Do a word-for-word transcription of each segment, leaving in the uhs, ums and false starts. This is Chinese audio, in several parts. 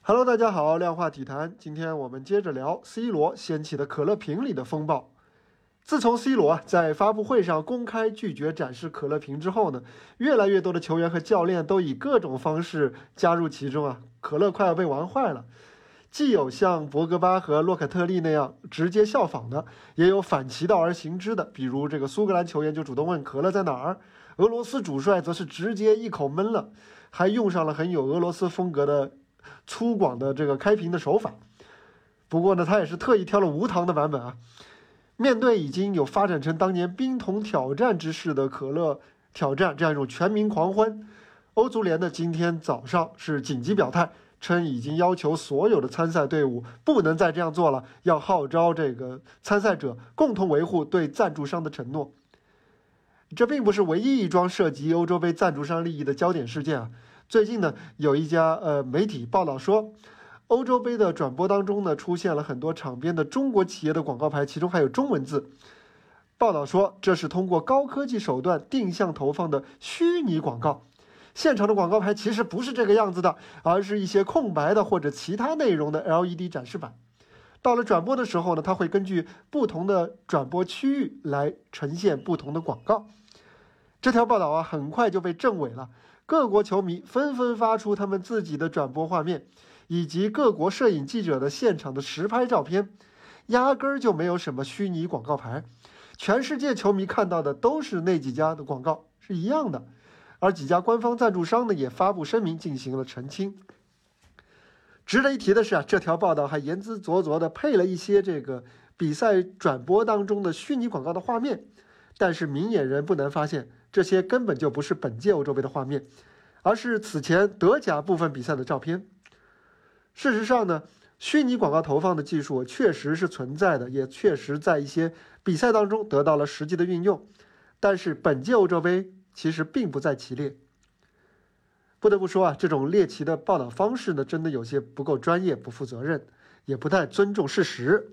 Hello，大家好，量化体坛，今天我们接着聊 C 罗掀起的可乐瓶里的风暴。自从 C 罗在发布会上公开拒绝展示可乐瓶之后呢，越来越多的球员和教练都以各种方式加入其中啊，可乐快要被玩坏了。既有像博格巴和洛克特利那样直接效仿的，也有反其道而行之的，比如这个苏格兰球员就主动问可乐在哪儿，俄罗斯主帅则是直接一口闷了，还用上了很有俄罗斯风格的粗犷的这个开瓶的手法。不过呢，他也是特意挑了无糖的版本啊。面对已经有发展成当年冰桶挑战之势的可乐挑战这样一种全民狂欢，欧足联呢今天早上是紧急表态，称已经要求所有的参赛队伍不能再这样做了，要号召这个参赛者共同维护对赞助商的承诺。这并不是唯一一桩涉及欧洲杯赞助商利益的焦点事件啊。最近呢，有一家呃媒体报道说，欧洲杯的转播当中呢，出现了很多场边的中国企业的广告牌，其中还有中文字。报道说，这是通过高科技手段定向投放的虚拟广告。现场的广告牌其实不是这个样子的，而是一些空白的或者其他内容的 L E D 展示板。到了转播的时候呢，它会根据不同的转播区域来呈现不同的广告。这条报道啊，很快就被证伪了。各国球迷纷纷发出他们自己的转播画面，以及各国摄影记者的现场的实拍照片，压根儿就没有什么虚拟广告牌。全世界球迷看到的都是那几家的广告，是一样的。而几家官方赞助商呢，也发布声明进行了澄清。值得一提的是啊，这条报道还言之凿凿的配了一些这个比赛转播当中的虚拟广告的画面，但是明眼人不难发现，这些根本就不是本届欧洲杯的画面，而是此前德甲部分比赛的照片。事实上呢，虚拟广告投放的技术确实是存在的，也确实在一些比赛当中得到了实际的运用，但是本届欧洲杯其实并不在其列。不得不说啊，这种猎奇的报道方式呢，真的有些不够专业、不负责任，也不太尊重事实。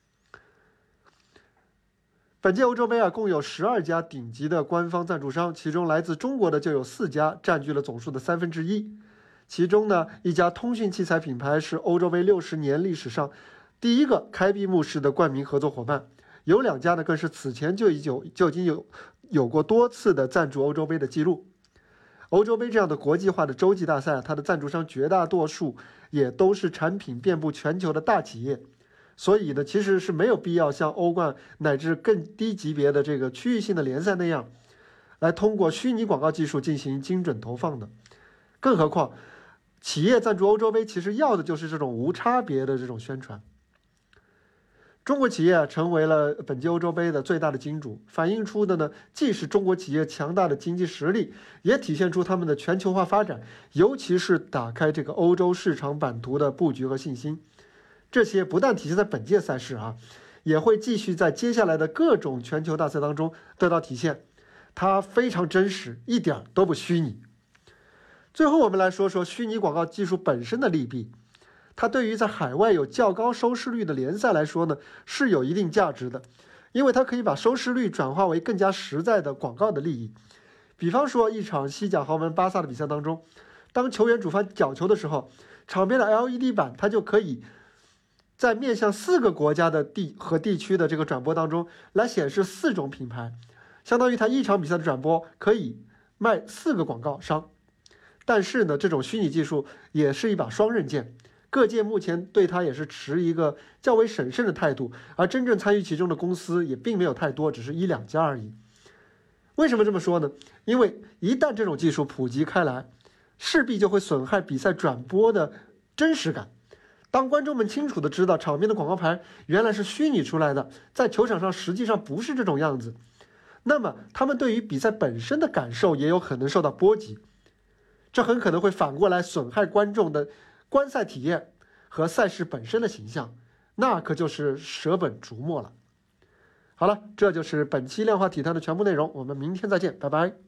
本届欧洲杯啊，共有十二家顶级的官方赞助商，其中来自中国的就有四家，占据了总数的三分之一。其中呢，一家通讯器材品牌是欧洲杯六十年历史上第一个开闭幕式的冠名合作伙伴，有两家呢更是此前就已有就已经有有过多次的赞助欧洲杯的记录。欧洲杯这样的国际化的洲际大赛，它的赞助商绝大多数也都是产品遍布全球的大企业，所以呢，其实是没有必要像欧冠乃至更低级别的这个区域性的联赛那样，来通过虚拟广告技术进行精准投放的。更何况，企业赞助欧洲杯其实要的就是这种无差别的这种宣传。中国企业成为了本届欧洲杯的最大的金主，反映出的呢，既是中国企业强大的经济实力，也体现出他们的全球化发展，尤其是打开这个欧洲市场版图的布局和信心。这些不但体现在本届赛事啊，也会继续在接下来的各种全球大赛当中得到体现。它非常真实，一点都不虚拟。最后我们来说说虚拟广告技术本身的利弊。它对于在海外有较高收视率的联赛来说呢，是有一定价值的，因为它可以把收视率转化为更加实在的广告的利益。比方说一场西甲豪门巴萨的比赛当中，当球员主罚角球的时候，场边的 L E D 板它就可以在面向四个国家的地和地区的这个转播当中来显示四种品牌，相当于它一场比赛的转播可以卖四个广告商。但是呢，这种虚拟技术也是一把双刃剑，各界目前对它也是持一个较为审慎的态度，而真正参与其中的公司也并没有太多，只是一两家而已。为什么这么说呢？因为一旦这种技术普及开来，势必就会损害比赛转播的真实感。当观众们清楚地知道场面的广告牌原来是虚拟出来的，在球场上实际上不是这种样子，那么他们对于比赛本身的感受也有可能受到波及。这很可能会反过来损害观众的观赛体验和赛事本身的形象，那可就是舍本逐末了。好了，这就是本期量化体坛的全部内容，我们明天再见，拜拜。